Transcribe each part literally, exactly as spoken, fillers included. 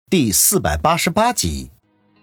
第四百八十八集。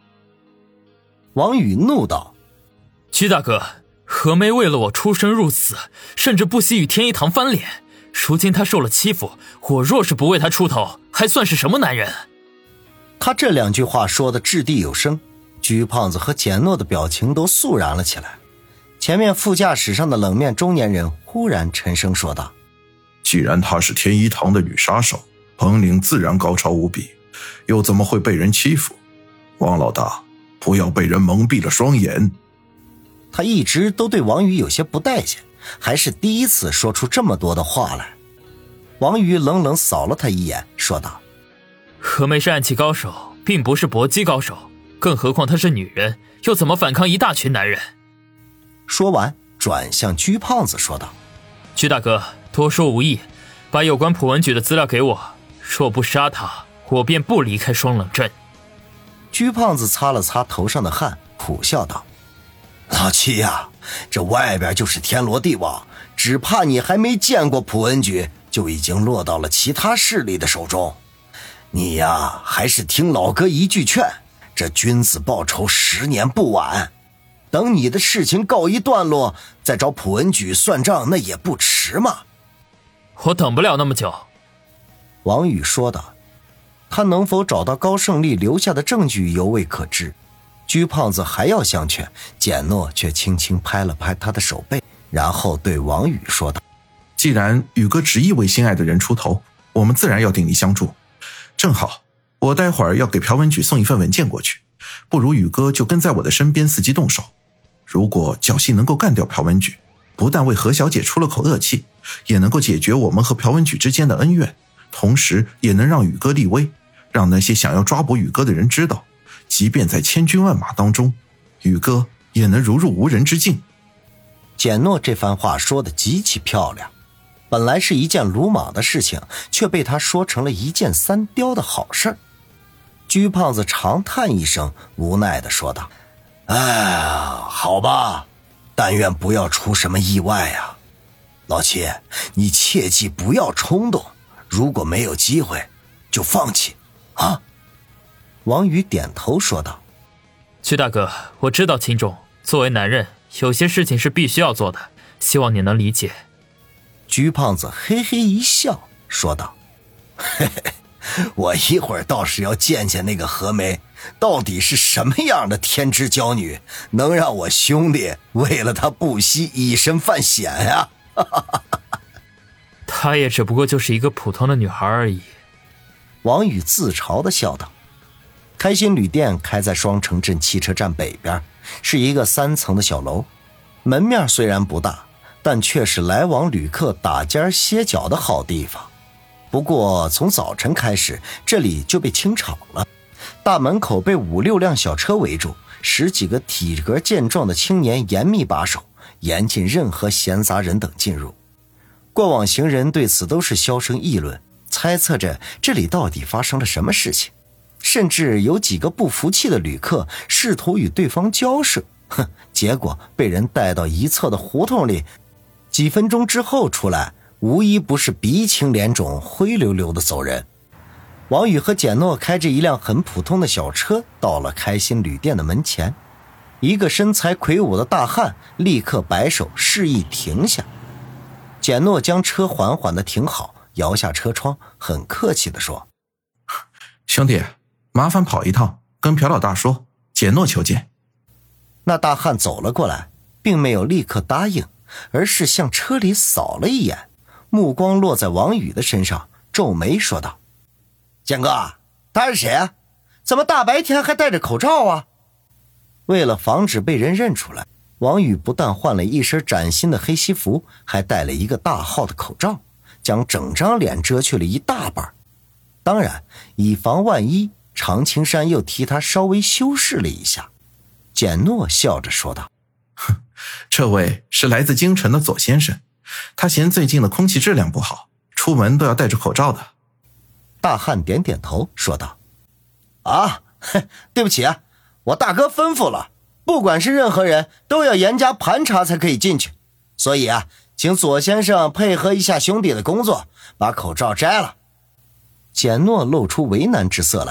王宇怒道： 曲大哥，何梅为了我出生入死，甚至不惜与天一堂翻脸，如今他受了欺负，我若是不为他出头，还算是什么男人？ 他这两句话说的掷地有声，鞠胖子和简诺的表情都肃然了起来。前面副驾驶上的冷面中年人忽然沉声说道： 既然她是天一堂的女杀手，本领自然高超无比，又怎么会被人欺负？王老大，不要被人蒙蔽了双眼。 他一直都对王宇有些不待见，还是第一次说出这么多的话来。王宇冷冷扫了他一眼，说道： 何梅是暗器高手，并不是搏击高手，更何况她是女人，又怎么反抗一大群男人？ 说完转向鞠胖子说道： 鞠大哥，多说无益，把有关普文举的资料给我，若不杀他，我便不离开双冷镇。 鞠胖子擦了擦头上的汗，苦笑道：老七呀，这外边就是天罗地网，只怕你还没见过普文举，就已经落到了其他势力的手中。你呀，还是听老哥一句劝，这君子报仇，十年不晚。等你的事情告一段落，再找普文举算账，那也不迟嘛。 我等不了那么久。 王宇说道。他能否找到高胜利留下的证据犹未可知。鞠胖子还要相劝，简诺却轻轻拍了拍他的手背，然后对王宇说道： 既然宇哥执意为心爱的人出头，我们自然要鼎力相助。正好我待会儿要给朴文举送一份文件过去，不如宇哥就跟在我的身边伺机动手。如果侥幸能够干掉朴文举，不但为何小姐出了口恶气，也能够解决我们和朴文举之间的恩怨，同时也能让宇哥立威，让那些想要抓捕宇哥的人知道，即便在千军万马当中，宇哥也能如入无人之境。 简诺这番话说得极其漂亮，本来是一件鲁莽的事情，却被他说成了一件三雕的好事。鞠胖子长叹一声，无奈地说道：哎，好吧，但愿不要出什么意外啊。老七，你切记不要冲动，如果没有机会就放弃啊。王宇点头说道： 曲大哥，我知道轻重，作为男人有些事情是必须要做的，希望你能理解。 鞠胖子嘿嘿一笑说道：嘿嘿，我一会儿倒是要见见那个何梅，到底是什么样的天之娇女，能让我兄弟为了她不惜以身犯险呀、啊、 她也只不过就是一个普通的女孩而已。 王宇自嘲地笑道。开心旅店开在双城镇汽车站北边，是一个三层的小楼，门面虽然不大，但却是来往旅客打尖歇脚的好地方。不过从早晨开始，这里就被清场了，大门口被五六辆小车围住，十几个体格健壮的青年严密把守，严禁任何闲杂人等进入。过往行人对此都是销声议论，猜测着这里到底发生了什么事情，甚至有几个不服气的旅客试图与对方交涉，哼，结果被人带到一侧的胡同里，几分钟之后出来，无一不是鼻青脸肿，灰溜溜的走人。王宇和简诺开着一辆很普通的小车到了开心旅店的门前，一个身材魁梧的大汉立刻摆手示意停下。简诺将车缓缓地停好，摇下车窗，很客气地说： 兄弟，麻烦跑一趟，跟朴老大说简诺求见。 那大汉走了过来，并没有立刻答应，而是向车里扫了一眼，目光落在王宇的身上，皱眉说道：简哥，他是谁啊？怎么大白天还戴着口罩啊？为了防止被人认出来，王宇不但换了一身崭新的黑西服，还戴了一个大号的口罩，将整张脸遮去了一大半。当然，以防万一，常青山又替他稍微修饰了一下。简诺笑着说道： 哼，这位是来自京城的左先生，他嫌最近的空气质量不好，出门都要戴着口罩的。 大汉点点头说道：啊，对不起啊，我大哥吩咐了，不管是任何人都要严加盘查才可以进去，所以啊，请左先生配合一下兄弟的工作，把口罩摘了。简诺露出为难之色来，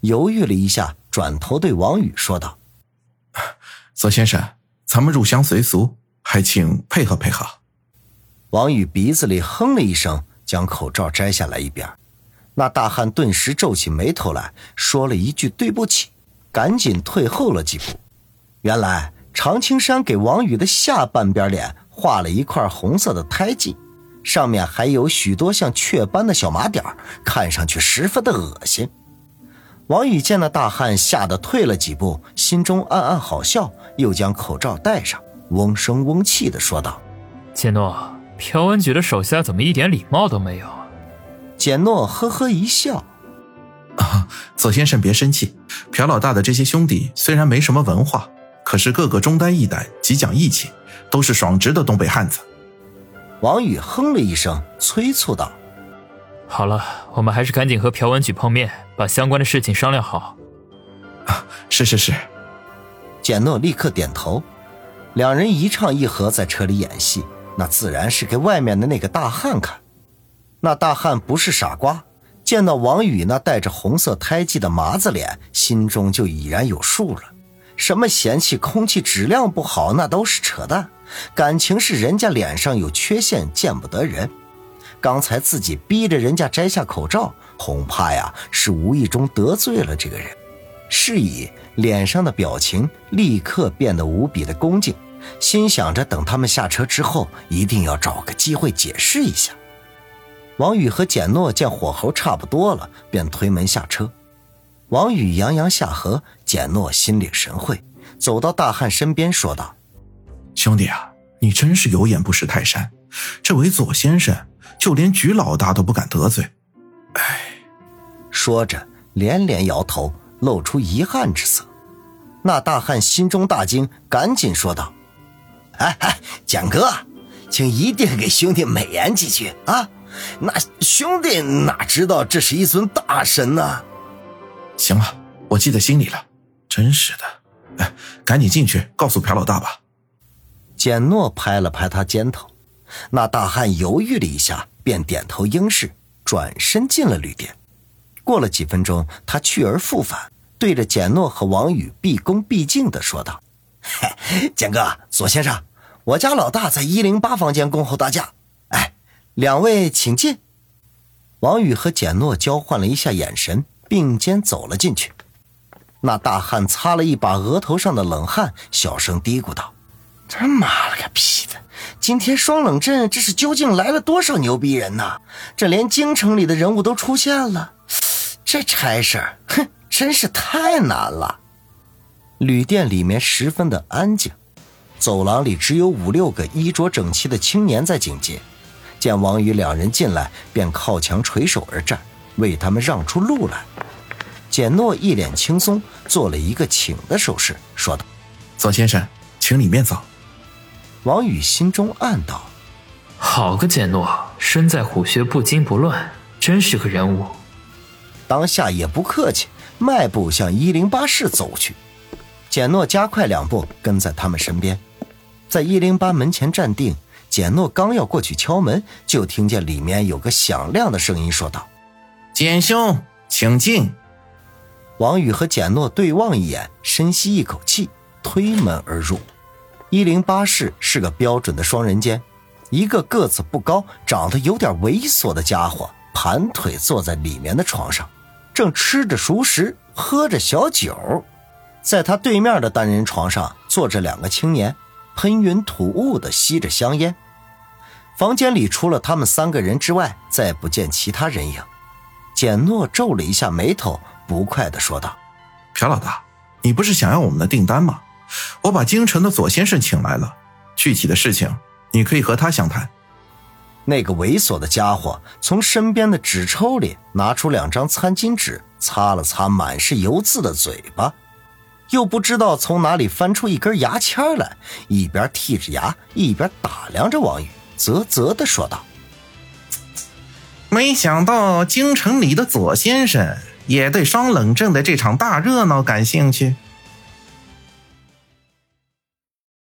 犹豫了一下，转头对王宇说道： 左先生，咱们入乡随俗，还请配合配合。 王宇鼻子里哼了一声，将口罩摘下来一边。那大汉顿时皱起眉头来，说了一句对不起，赶紧退后了几步。原来常青山给王宇的下半边脸画了一块红色的胎记，上面还有许多像雀斑的小麻点，看上去十分的恶心。王宇见那大汉吓得退了几步，心中暗暗好笑，又将口罩戴上，嗡声嗡气地说道： 简诺，朴文举的手下怎么一点礼貌都没有？ 简诺呵呵一笑： 啊，左先生别生气，朴老大的这些兄弟虽然没什么文化，可是个个中丹一胆，极讲义气，都是爽直的东北汉子。 王宇哼了一声，催促道： 好了，我们还是赶紧和朴文举碰面，把相关的事情商量好。 啊，是是是。 简诺立刻点头。两人一唱一和在车里演戏，那自然是给外面的那个大汉看。那大汉不是傻瓜，见到王宇那带着红色胎记的麻子脸，心中就已然有数了。什么嫌弃空气质量不好，那都是扯淡，感情是人家脸上有缺陷，见不得人。刚才自己逼着人家摘下口罩，恐怕呀是无意中得罪了这个人。是以脸上的表情立刻变得无比的恭敬，心想着等他们下车之后，一定要找个机会解释一下。王宇和简诺见火候差不多了，便推门下车。王宇洋洋下颌，简诺心领神会，走到大汉身边说道： 兄弟啊，你真是有眼不识泰山，这位左先生就连举老大都不敢得罪。唉， 说着连连摇头，露出遗憾之色。那大汉心中大惊，赶紧说道：哎哎，简哥，请一定给兄弟美言几句啊！那兄弟哪知道这是一尊大神呢？ 行了，我记在心里了。真是的，哎，赶紧进去告诉朴老大吧。 简诺拍了拍他肩头。那大汉犹豫了一下，便点头应是，转身进了旅店。过了几分钟，他去而复返，对着简诺和王宇毕恭毕敬地说道：嘿，简哥，左先生，我家老大在一零八房间恭候大驾，哎，两位请进。王宇和简诺交换了一下眼神，并肩走了进去。那大汉擦了一把额头上的冷汗，小声嘀咕道：他妈了个屁的，今天双冷镇这是究竟来了多少牛逼人呐？这连京城里的人物都出现了，这差事，哼，真是太难了。旅店里面十分的安静，走廊里只有五六个衣着整齐的青年在警戒。见王宇两人进来，便靠墙垂手而战，为他们让出路来。简诺一脸轻松，做了一个请的手势，说道： 左先生，请里面走。 王宇心中暗道： 好个简诺，身在虎穴不惊不乱，真是个人物。 当下也不客气，迈步向一零八室走去。简诺加快两步，跟在他们身边。在一零八门前站定，简诺刚要过去敲门，就听见里面有个响亮的声音说道： 简兄，请进。 王宇和简诺对望一眼，深吸一口气，推门而入。一零八室是个标准的双人间，一个个子不高，长得有点猥琐的家伙盘腿坐在里面的床上，正吃着熟食，喝着小酒。在他对面的单人床上坐着两个青年，喷云吐雾地吸着香烟。房间里除了他们三个人之外，再不见其他人影。简诺皱了一下眉头，不快地说道： 朴老大，你不是想要我们的订单吗？我把京城的左先生请来了，具体的事情你可以和他详谈。 那个猥琐的家伙从身边的纸抽里拿出两张餐巾纸，擦了擦满是油渍的嘴巴，又不知道从哪里翻出一根牙签来，一边剔着牙一边打量着王宇，啧啧地说道： 没想到京城里的左先生也对双冷镇的这场大热闹感兴趣。